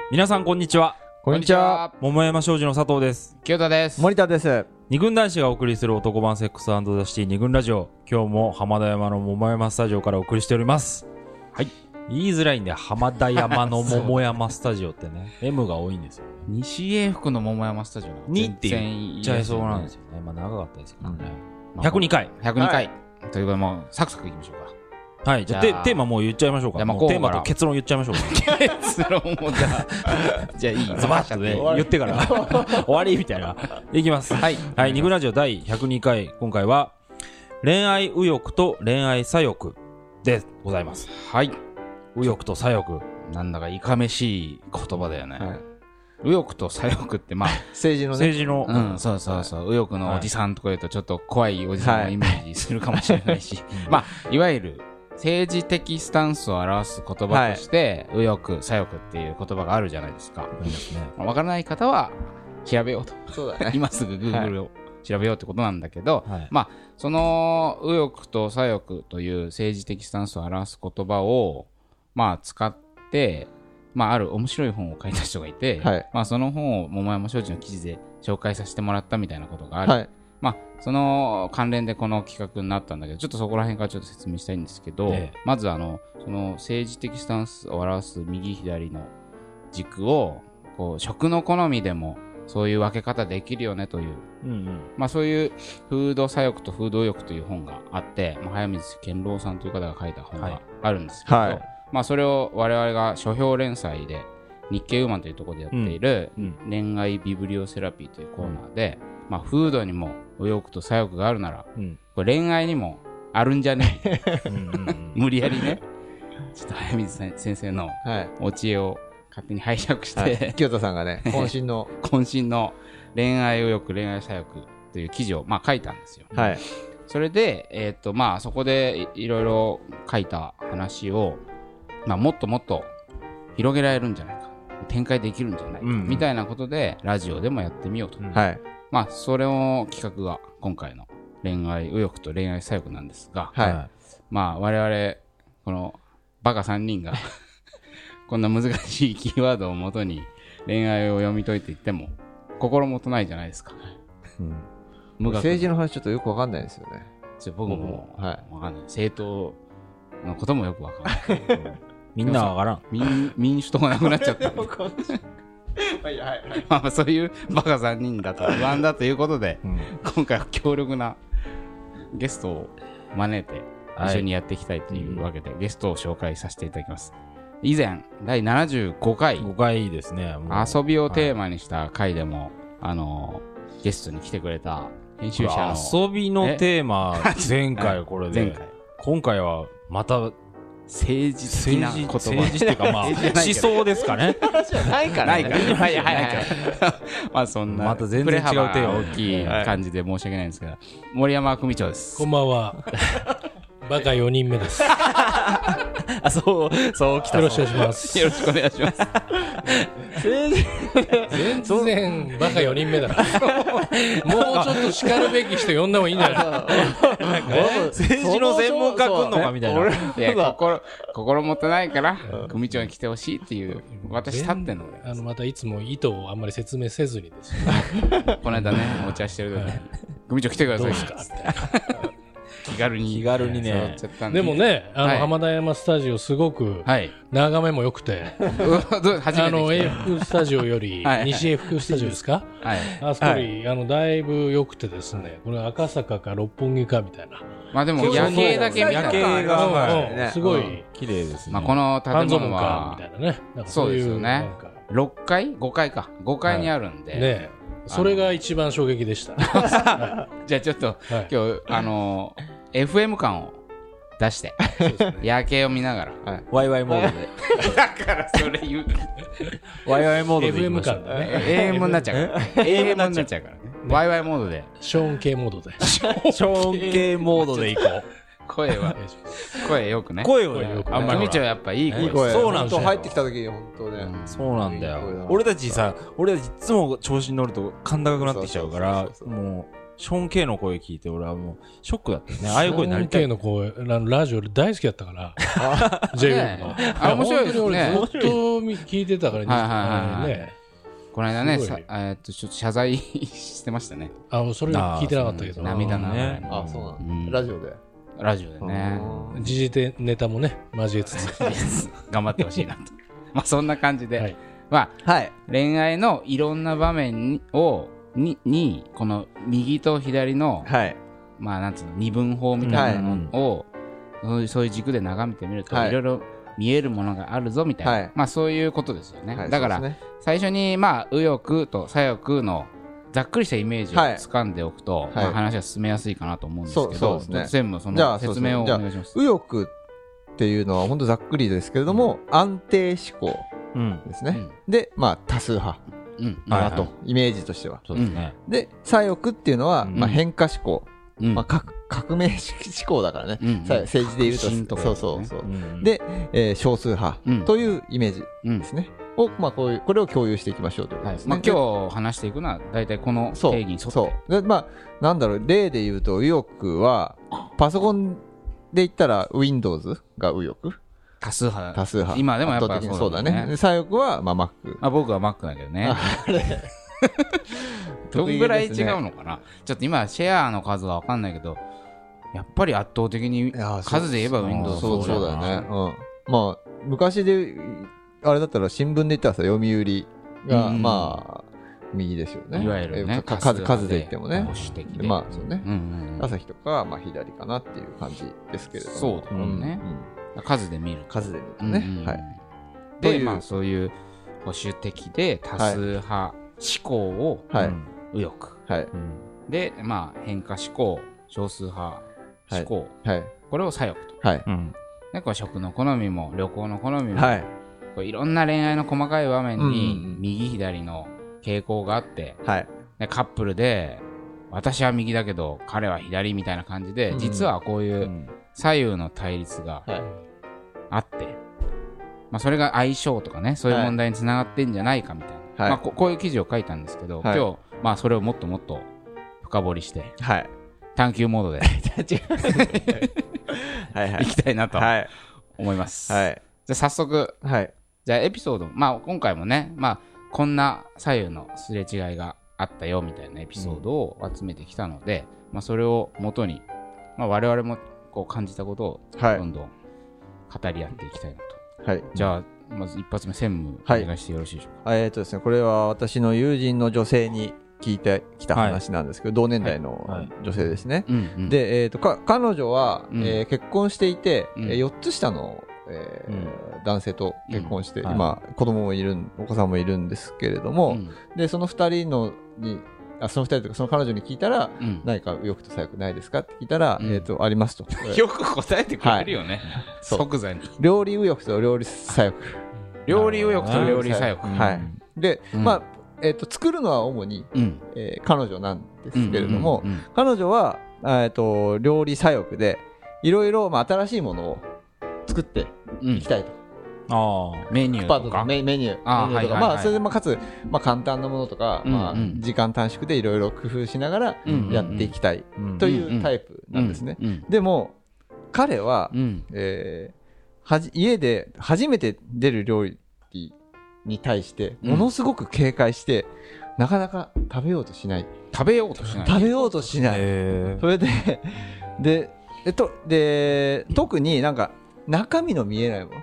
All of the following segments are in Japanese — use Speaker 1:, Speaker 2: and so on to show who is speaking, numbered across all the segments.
Speaker 1: 皆さんこんにちは。
Speaker 2: こんにちは。
Speaker 1: 桃山商事の佐藤です。
Speaker 3: 清田です。
Speaker 2: 森田です。
Speaker 1: 二軍男子がお送りする男版セックス&ザシティ二軍ラジオ。今日も浜田山の桃山スタジオからお送りしております。はい。言いづらいんで、浜田山の桃山スタジオってね、M が多いんですよね。
Speaker 3: 西英福の桃山スタジオの
Speaker 1: 2って言っちゃいそうなんですよね。まあ長かったですからね。102回。
Speaker 3: 102回。ということで、もうサクサクいきましょうか。
Speaker 1: はい。じゃあテーマもう言っちゃいましょうか。もうテーマと結論言っちゃいましょうか。
Speaker 3: 結論もじゃあいい。
Speaker 1: ズバッとね、言ってから終わりみたいな。いきます。はい。はい。二軍ラジオ第102回。今回は、恋愛右翼と恋愛左翼でございます。
Speaker 3: はい。
Speaker 1: 右翼と左翼。
Speaker 3: なんだかいかめしい言葉だよね。はい、右翼と左翼ってまあ
Speaker 2: 政治のね。
Speaker 3: 政治の。うん、そうそうそう。右翼のおじさんとか言うとちょっと怖いおじさんをイメージするかもしれないし。まあ、いわゆる、政治的スタンスを表す言葉として、右翼、左翼っていう言葉があるじゃないですか。わからない方は調べようと。そうだね。今すぐ Google を調べようってことなんだけど、はい、まあ、その右翼と左翼という政治的スタンスを表す言葉を、まあ、使って、まあ、ある面白い本を書いた人がいて、はい、まあ、その本を桃山商事の記事で紹介させてもらったみたいなことがある。はい、まあ、その関連でこの企画になったんだけど、ちょっとそこら辺からちょっと説明したいんですけど、まずその政治的スタンスを表す右左の軸を、こう、食の好みでもそういう分け方できるよねという、まあそういう風土左翼と風土右翼という本があって、まあ、早水健郎さんという方が書いた本があるんですけど、はい、まあそれを我々が書評連載で日経ウーマンというところでやっている恋愛ビブリオセラピーというコーナーで、まあ風土にも右翼と左翼があるなら、これ恋愛にもあるんじゃね無理やりね、ちょっと早水先生のお知恵を勝手に拝借して、はい、
Speaker 2: 清田さんがね、渾
Speaker 3: 身の恋愛右翼、恋愛左翼という記事を、まあ、書いたんですよ。はい。それで、まあ、そこでいろいろ書いた話を、まあ、もっともっと広げられるんじゃないか、展開できるんじゃないか、みたいなことで、ラジオでもやってみようと。はい。まあ、それを企画が今回の恋愛右翼と恋愛左翼なんですが、はい。まあ、我々、このバカ3人がこんな難しいキーワードをもとに恋愛を読み解いていっても心もとないじゃないですか。
Speaker 2: 政治の話ちょっとよくわかんないですよね。
Speaker 3: 僕もわかんない。政党のこともよくわかんない。
Speaker 1: みんなわからん。
Speaker 3: 民主党がなくなっちゃった。まあそういうバカ3人だと不安だということで、今回は強力なゲストを招いて一緒にやっていきたいというわけで、ゲストを紹介させていただきます。以前第75回
Speaker 1: 5回ですね。
Speaker 3: 遊びをテーマにした回でも、ゲストに来てくれた編集者の
Speaker 1: 遊びのテーマ前回これで、今回はまた
Speaker 3: 政治的な言葉、
Speaker 1: 政治っていうかまあ思想ですかね。
Speaker 3: ないからはいはいはい。まあそんな
Speaker 1: また全然違うテーマ
Speaker 3: 大きい感じで申し訳ないんですけど、森山組長です。
Speaker 4: こんばんは。バカ4人目です。
Speaker 1: あ、そう来た。
Speaker 4: よろしくお願いします。
Speaker 3: よろしくお願いします。
Speaker 4: 全然バカ4人目だな。もうちょっと叱るべき人呼んだ方がいいんじゃない
Speaker 1: 政治の専門家来んのかみたいな。
Speaker 3: いや、心もとないから、組長に来てほしいっていう、私立ってんの。
Speaker 4: またいつも意図をあんまり説明せずにです
Speaker 3: ね。この間ね、お茶してる時に、組長来てください。どうですかみたいな。気軽にね。
Speaker 4: でもね、浜田山スタジオすごく眺めも良くて、英福スタジオより西英福スタジオですか、あそこよりだいぶ良くてですね、これ赤坂か六本木かみたいな。
Speaker 3: まあでも夜景だけ見たら
Speaker 1: 夜景が
Speaker 4: すごい
Speaker 1: 綺麗ですね。
Speaker 3: まあこの建物は
Speaker 4: みたいなね。
Speaker 3: そうですよね。6階 ?5 階か。5階にあるんで。
Speaker 4: ね、それが一番衝撃でした。
Speaker 3: じゃあちょっと今日FM 感を出して夜景を見ながら
Speaker 1: ワイワイモードで
Speaker 3: だからそれ言う
Speaker 1: ワイワイモードで
Speaker 4: FM 感だね。
Speaker 3: AM になっちゃうから AM になっちゃうからね。ワイワイモードで
Speaker 4: ショーン系モードで
Speaker 1: ショーン系モードでいこう。
Speaker 3: 声よくね。
Speaker 1: 声をね。
Speaker 3: あんまり組長やっぱいい声。
Speaker 2: そうなんだよ。入ってきた時に本当ね。
Speaker 1: そうなんだよ。俺たちいつも調子に乗ると甲高くなってきちゃうから、もうショーン・ケイの声聞いて、俺はもう、ショックだったよね。ああいう声になりたい。
Speaker 4: ショーン・ケイの声、ラジオ俺大好きだったから。J-Wave の。
Speaker 3: 面白いですね。
Speaker 4: 俺ずっと聞いてたからね。
Speaker 3: この間ね、ちょっと謝罪してましたね。
Speaker 4: それ聞いてなかったけど。
Speaker 3: 涙なが
Speaker 2: ら。あ、そうなんだ。ラジオで。
Speaker 3: ラジオでね。
Speaker 4: 時事ネタもね、交えつつ。
Speaker 3: 頑張ってほしいなと。まあそんな感じで。まあ、恋愛のいろんな場面にこの右と左の、まあなんつうの二分法みたいなのを、そういう軸で眺めてみると、いろいろ見えるものがあるぞみたいな、まあそういうことですよね。だから最初にまあ右翼と左翼のざっくりしたイメージを掴んでおくと、まあ話が進めやすいかなと思うんですけど、全部その説明をお願いします。
Speaker 2: 右翼っていうのは本当ざっくりですけれども、安定思考ですね。で、まあ多数派。とイメージとしては。で、左翼っていうのは、まあ、変化思考。まあ、革命思考だからね。政治で言うと。そう。で、少数派というイメージですね。まあ、これを共有していきましょうということですね。
Speaker 3: 今日話していくのは、大体この定義に沿って。
Speaker 2: そう。で、まあ、なんだろう、例で言うと、右翼は、パソコンで言ったら、Windows が右翼。
Speaker 3: 多数派。今でもやっぱ
Speaker 2: そうだね。左翼は、まあ、Mac。
Speaker 3: 僕は Mac だけどね。どんぐらい違うのかな。ちょっと今、シェアの数は分かんないけど、やっぱり圧倒的に数で言えば Windows。
Speaker 2: そうだよね。まあ、昔で、あれだったら新聞で言ったらさ、読売が、まあ、右でしょうね。
Speaker 3: いわゆるね。
Speaker 2: 数で言ってもね。
Speaker 3: ま
Speaker 2: あ、そうね。朝日とか、まあ、左かなっていう感じですけれども。
Speaker 3: そうだね。数で見る
Speaker 2: とね。
Speaker 3: で、まあそういう保守的で多数派思考を右翼。で、まあ変化思考、少数派思考。これを左翼と。で、これ食の好みも旅行の好みも、いろんな恋愛の細かい場面に右左の傾向があって、カップルで私は右だけど彼は左みたいな感じで、実はこういう左右の対立があって、まあそれが相性とかね、そういう問題につながってんじゃないかみたいな、まあこういう記事を書いたんですけど、今日まあそれをもっともっと深掘りして、探求モードでいきたいなと思います。じゃあ早速、じゃあエピソード、まあ今回もね、まあこんな左右のすれ違いがあったよみたいなエピソードを集めてきたので、まあそれを元に、まあ我々もこう感じたことをどんどん語り合っていきたいなと。じゃあまず一発目専務お願いしてよろしいでしょうか。
Speaker 2: ですね、これは私の友人の女性に聞いてきた話なんですけど、同年代の女性ですね。で、彼女は結婚していて、4つ下の男性と結婚して、今子供もいる、お子さんもいるんですけれども、でその2人のにその2人とかその彼女に聞いたら、何か右翼と左翼ないですかって聞いたら、ありますと。
Speaker 3: よく答えてくれるよね。即座に。
Speaker 2: 料理右翼と料理左翼。
Speaker 3: 料理右翼と料理左翼。
Speaker 2: で、まあ作るのは主に彼女なんですけれども、彼女は料理左翼でいろいろ新しいものを作っていきたいと。
Speaker 3: メニューとか
Speaker 2: メニューとか、まあそれでかつ簡単なものとか、時間短縮でいろいろ工夫しながらやっていきたいというタイプなんですね。でも彼は家で初めて出る料理に対してものすごく警戒してなかなか食べようとしない。
Speaker 3: 食べようとしない。
Speaker 2: それで特になんか中身の見えないも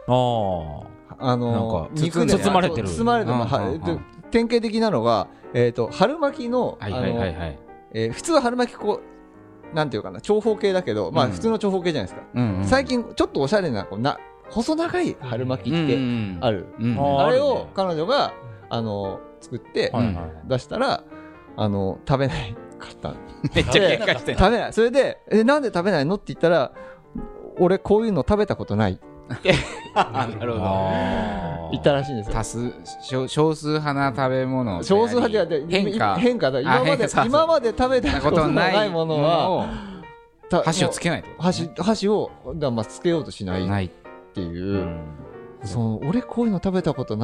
Speaker 2: の、
Speaker 1: 肉で包まれてる。
Speaker 2: 典型的なのが春巻きの普通は春巻きなんていうかな、長方形だけど、まあ普通の長方形じゃないですか。最近ちょっとおしゃれな細長い春巻きってある。あれを彼女が作って出したら食べないかった。
Speaker 3: めっちゃ喧嘩してる。
Speaker 2: 食べない。それでなんで食べないのって言ったら、俺こういうの食べたことない。
Speaker 3: なるほど。
Speaker 2: 言ったらしいんです
Speaker 3: よ。少数派な食べ物。
Speaker 2: 少数派で変化だ。今まで食べたことのないものは
Speaker 3: 箸をつけないと。
Speaker 2: 箸をつけようとしないっていう。俺こういうの食べたことないっ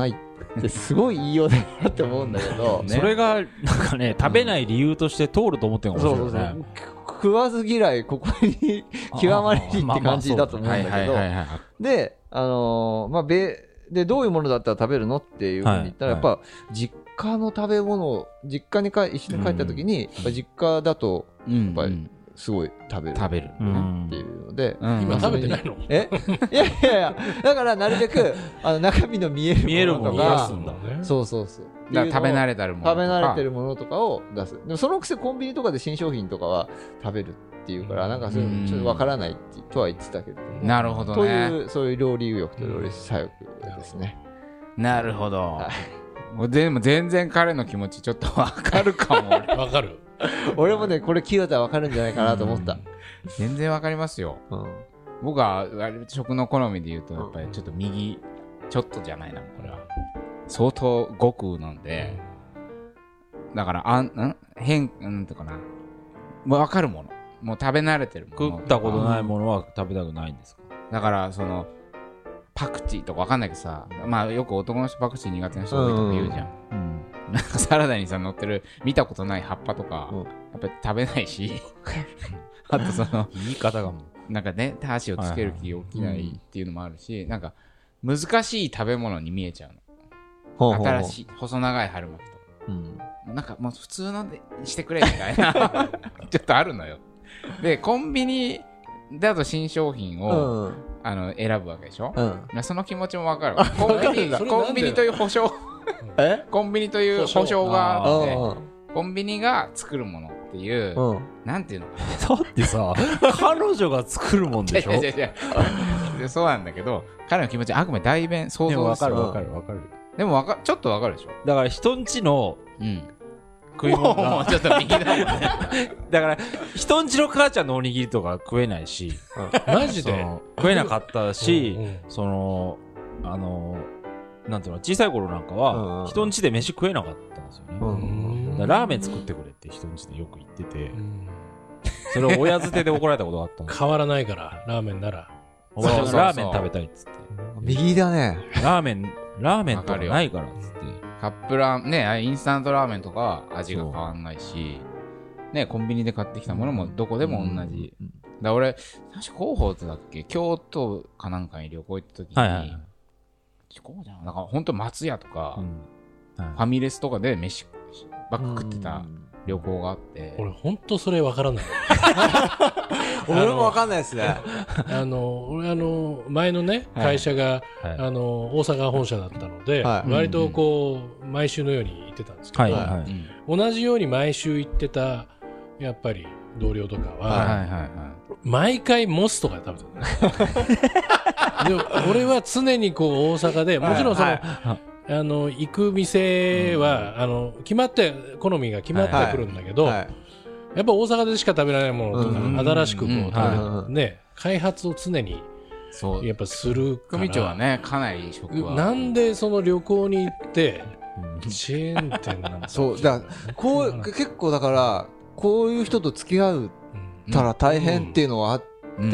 Speaker 2: すごい言いようだなって思うんだけど、
Speaker 1: それがなんかね食べない理由として通ると思ってるかもしれないね。
Speaker 2: 食わず嫌いここに極まりって感じだと思うんだけど、ででどういうものだったら食べるのっていうふうに言ったら、やっぱ実家の食べ物、実家に一緒に帰った時に、やっぱ実家だとやっぱりすごい食べるっていうので、
Speaker 4: 今食べてないの？
Speaker 2: いやだからなるべく中身の見えるものとか、そう食
Speaker 3: べ慣れてる
Speaker 2: ものとかを出す。でもそのくせコンビニとかで新商品とかは食べるっていうから、なんかそういうちょっとわからないとは言ってたけど、
Speaker 3: なるほどね。
Speaker 2: というそういう料理右翼と料理左翼ですね。
Speaker 3: なるほど。でも全然彼の気持ちちょっとわかるかも。
Speaker 4: わかる。
Speaker 2: 俺もねこれ聞いたらわかるんじゃないかなと思った。
Speaker 3: 全然わかりますよ。僕は食の好みで言うとやっぱりちょっと右ちょっとじゃないな、これは相当極なんで、だからなんていうかな、もう分かるもの、もう食べ慣れてるもの、
Speaker 1: 食ったことないものは食べたくないんですか？
Speaker 3: だからそのパクチーとか分かんないけどさ、まあよく男の人パクチー苦手な人多いとか言うじゃん。なんかサラダにさ乗ってる見たことない葉っぱとか、やっぱり食べないしあとその
Speaker 1: 言い方がも
Speaker 3: うなんかね箸をつける気起きないっていうのもあるし、なんか難しい食べ物に見えちゃうの。新しい細長い春巻きとか、なんかもう普通のでしてくれみたいなちょっとあるのよ。でコンビニだと新商品を、選ぶわけでしょ、その気持ちもわかる。コンビニという保証コンビニという保証があって、コンビニが作るものっていう、なんていうのか
Speaker 1: な。だってさ彼女が作るもんでしょ。
Speaker 3: そうなんだけど、彼の気持ちあくまで代弁想像ですよ。
Speaker 1: でもわかる
Speaker 3: でもちょっとわかるでしょ。
Speaker 1: だから人んちの食い物が
Speaker 3: もうちょっと右だもんね
Speaker 1: だから人んちの母ちゃんのおにぎりとか食えないし、
Speaker 4: マジで
Speaker 1: 食えなかったし、そのなんていうの、小さい頃なんかは人んちで飯食えなかったんですよね。だからラーメン作ってくれって人んちでよく言ってて、それを親づてで怒られたことがあったんです。
Speaker 4: 変わらないからラーメンなら。
Speaker 1: おばちゃんラーメン食べたいっつって。
Speaker 2: 右だね。
Speaker 1: ラーメンとかないからっつって。
Speaker 3: カップラーメンね、インスタントラーメンとか味が変わんないし、ね、コンビニで買ってきたものもどこでも同じ。だ俺確か広報ってだっけ、京都かなんかに旅行行った時に、なんか本当松屋とか、ファミレスとかで飯ばっか食ってた旅行があって、
Speaker 4: 俺本当それ分からない
Speaker 2: 俺も分かんないですね。
Speaker 4: 俺前のね会社が、大阪本社だったので、割とこう毎週のように行ってたんですけど、同じように毎週行ってたやっぱり同僚とかは、毎回モスとかで食べてたねでも俺は常にこう大阪で、もちろんその、行く店は、決まって好みが決まってくるんだけど、やっぱ大阪でしか食べられないものとか、新しくこう食べるね、開発を常にやっぱするから。
Speaker 3: 組長はね、かなり食は
Speaker 4: なんでその旅行に行ってチェーン店なんだ。
Speaker 2: そうだからこう結構だからこういう人と付き合うたら大変っていうのはあって、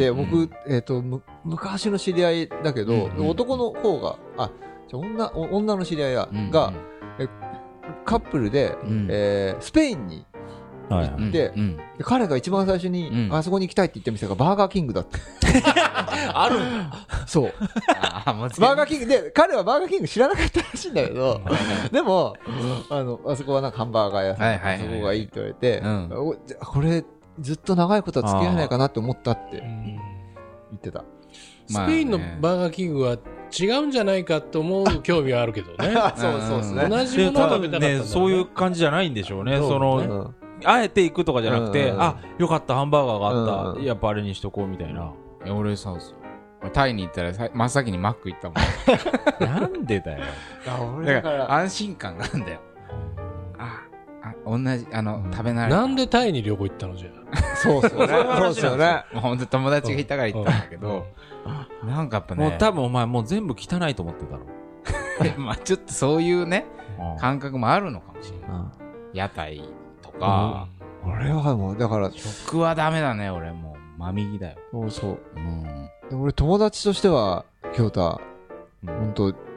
Speaker 2: 僕昔の知り合いだけど、男の方が女の知り合いがカップルでスペインに行って、彼が一番最初にあそこに行きたいって言った店がバーガーキングだって
Speaker 1: ある
Speaker 2: そうバーガーキングで、彼はバーガーキング知らなかったらしいんだけどでもあそこはなんかハンバーガー屋さん、そこがいいって言われて、これずっと長いことは付き合えないかなって思ったって言ってた。
Speaker 4: スペインのバーガーキングは違うんじゃないかと思う興味はあるけどね
Speaker 2: そうですね。
Speaker 4: 同じものを食べたかったんだろうね。
Speaker 1: そういう感じじゃないんでしょうね。そのあえて行くとかじゃなくて、あ、よかったハンバーガーがあった、やっぱあれにしとこうみたいな。
Speaker 3: 俺そうですよ。タイに行ったら真っ先にマック行ったもん
Speaker 1: なんでだよ。
Speaker 3: だから安心感があるんだよ。同じ食べ慣れ
Speaker 4: なんでタイに旅行行ったのじゃあ。
Speaker 2: そうですよね。
Speaker 3: 本当友達がいたから行ったんだけど、なんかやっぱね、
Speaker 1: もう多分お前もう全部汚いと思ってたろ。
Speaker 3: まあちょっとそういうね感覚もあるのかもしれない。屋台とか。
Speaker 2: 俺はもうだから
Speaker 3: 食はダメだね。俺もう真右だよ。
Speaker 2: そう。で俺友達としては京太本当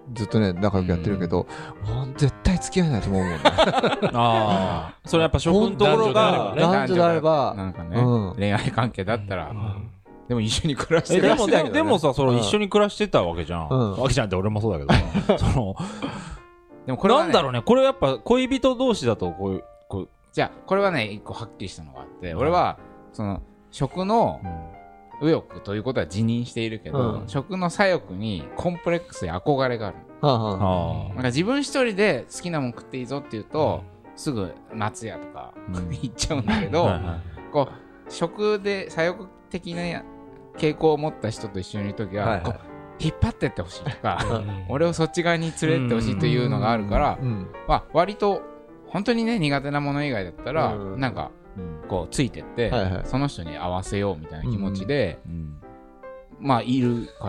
Speaker 2: ずっとね仲良くやってるけど、絶対付き合えないと思うもんね。
Speaker 1: ああ、それやっぱ職のところが
Speaker 2: 男女であれば
Speaker 3: なんかね、恋愛関係だったら、でも一緒に暮らして
Speaker 1: る。でもさ、その一緒に暮らしてたわけじゃん。わけじゃんって俺もそうだけど。そのでもこれなんだろうね。これやっぱ恋人同士だとこう
Speaker 3: じゃあこれはね一個はっきりしたのがあって、俺はその食の右翼ということは自認しているけど、食の左翼にコンプレックスや憧れがある。なんか自分一人で好きなもん食っていいぞって言うと、すぐ松屋とか行っちゃうんだけど、こう食で左翼的な傾向を持った人と一緒にいるときは、こう引っ張ってってほしいとか、俺をそっち側に連れてってほしいというのがあるから、まあ割と本当にね苦手なもの以外だったら、なんかこうついてって、その人に合わせようみたいな気持ちで、まあいるから、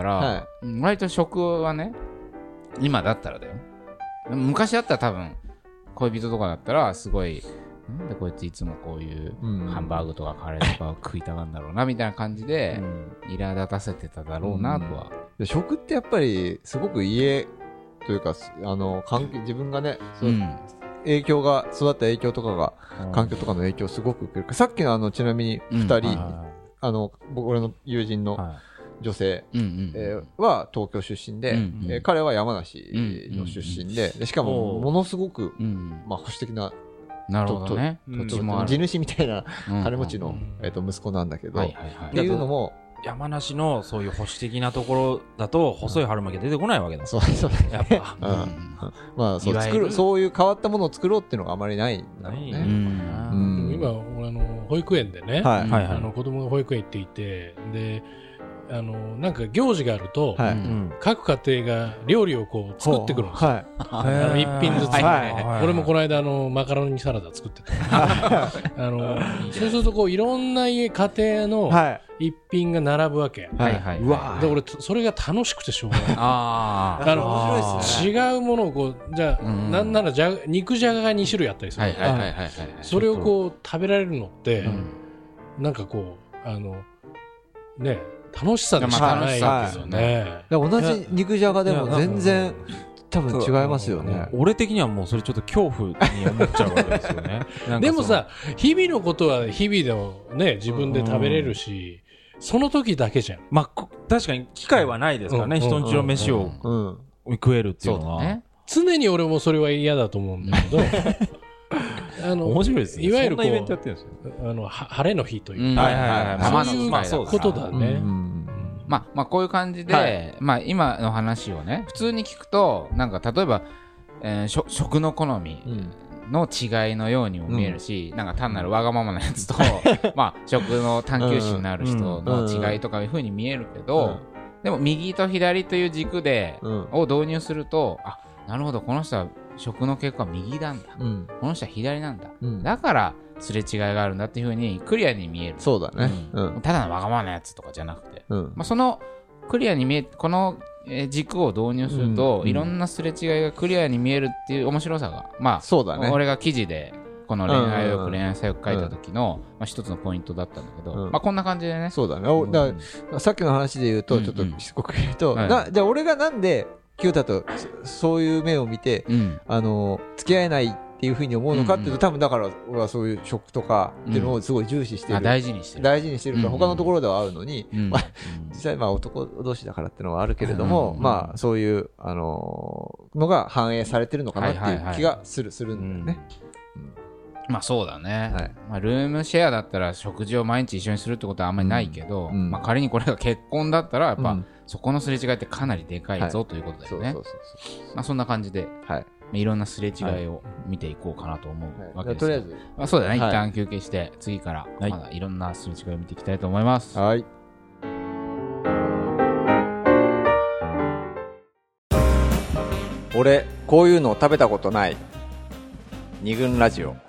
Speaker 3: 割と食はね、今だったらだよ。昔だったら多分恋人とかだったらすごい、なんでこいついつもこういうハンバーグとかカレーとかを食いたがるんだろうなみたいな感じで苛立たせてただろうなとは。
Speaker 2: 食ってやっぱりすごく家というか環境、自分がね、影響が育った影響とかが環境とかの影響をすごく受ける。さっきのちなみに2人、俺の友人の女性は東京出身で、彼は山梨の出身で、しかもものすごく保守的な
Speaker 3: なるほどね。
Speaker 2: 地主みたいな金持ちの息子なんだけど、っていうのも
Speaker 1: 山梨のそういう保守的なところだと細い春巻き出てこないわけだ。
Speaker 2: そう
Speaker 1: やっぱ
Speaker 2: まあそういう変わったものを作ろうっていうのがあまりないんだろうね。
Speaker 4: 今保育園でね、子供が保育園行っていて、でなんか行事があると、各家庭が料理をこう作ってくるんですよ。一品ずつ。俺もこの間マカロニサラダ作ってた。そうするとこういろんな家庭の一品が並ぶわけ。で俺それが楽しくてしょうがない。違うものをこうじゃあなんなら肉じゃがが2種類あったりする。それをこう食べられるのってなんかこうね。楽しさでしかないですよね。
Speaker 2: 同じ肉じゃがでも全然多分違いますよね。
Speaker 1: 俺的にはもうそれちょっと恐怖に思っちゃうわけですよね。
Speaker 4: でもさ、日々のことは日々でもね自分で食べれるし、その時だけじゃん。
Speaker 1: まあ確かに機会はないですからね、人んちの飯を食えるっていうのは。
Speaker 4: 常に俺もそれは嫌だと思うんだけど。
Speaker 1: 面白いですね。
Speaker 4: いわゆるこう
Speaker 1: 晴
Speaker 4: れの日というか、そういうことだね。
Speaker 3: まあこういう感じで、まあ今の話をね普通に聞くとなんか例えば、食の好みの違いのようにも見えるし、なんか単なるわがままなやつとまあ食の探求心のある人の違いとかいう風に見えるけど、でも右と左という軸でを導入すると、あ、なるほど、この人は食の傾向は右なんだ、この人は左なんだ、だからすれ違いがあるんだっていう風にクリアに見える。
Speaker 2: そうだね、
Speaker 3: ただのわがままなやつとかじゃなくて、まあ、そのクリアに見えこの軸を導入すると、いろんなすれ違いがクリアに見えるっていう面白さが、まあ
Speaker 2: そうだね、
Speaker 3: 俺が記事でこの恋愛右翼恋愛左翼書いた時の、まあ、一つのポイントだったんだけど、まあこんな感じでね。
Speaker 2: そうだね。だからさっきの話で言うとちょっとしつこく言うと、じゃあ俺がなんでキュータとそういう目を見て、付き合えないっていうふうに思うのかっていうと、多分だから俺はそういう食とかっていうのをすごい重視してる、
Speaker 3: 大事にして
Speaker 2: るから他のところではあるのに、実際まあ男同士だからっていうのはあるけれども、まあそういうのが反映されてるのかなっていう気がするんだよね。
Speaker 3: まあそうだね、まあ、ルームシェアだったら食事を毎日一緒にするってことはあんまりないけど、まあ、仮にこれが結婚だったらやっぱ、そこのすれ違いってかなりでかいぞということだよね。まあそんな感じで、いろんなすれ違いを見ていこうかなと思うわけです。
Speaker 2: とりあえず、
Speaker 3: まあ、そうだね、一旦休憩して次からまだいろんなすれ違いを見ていきたいと思います。
Speaker 2: はい。俺こういうの食べたことない。二軍ラジオ。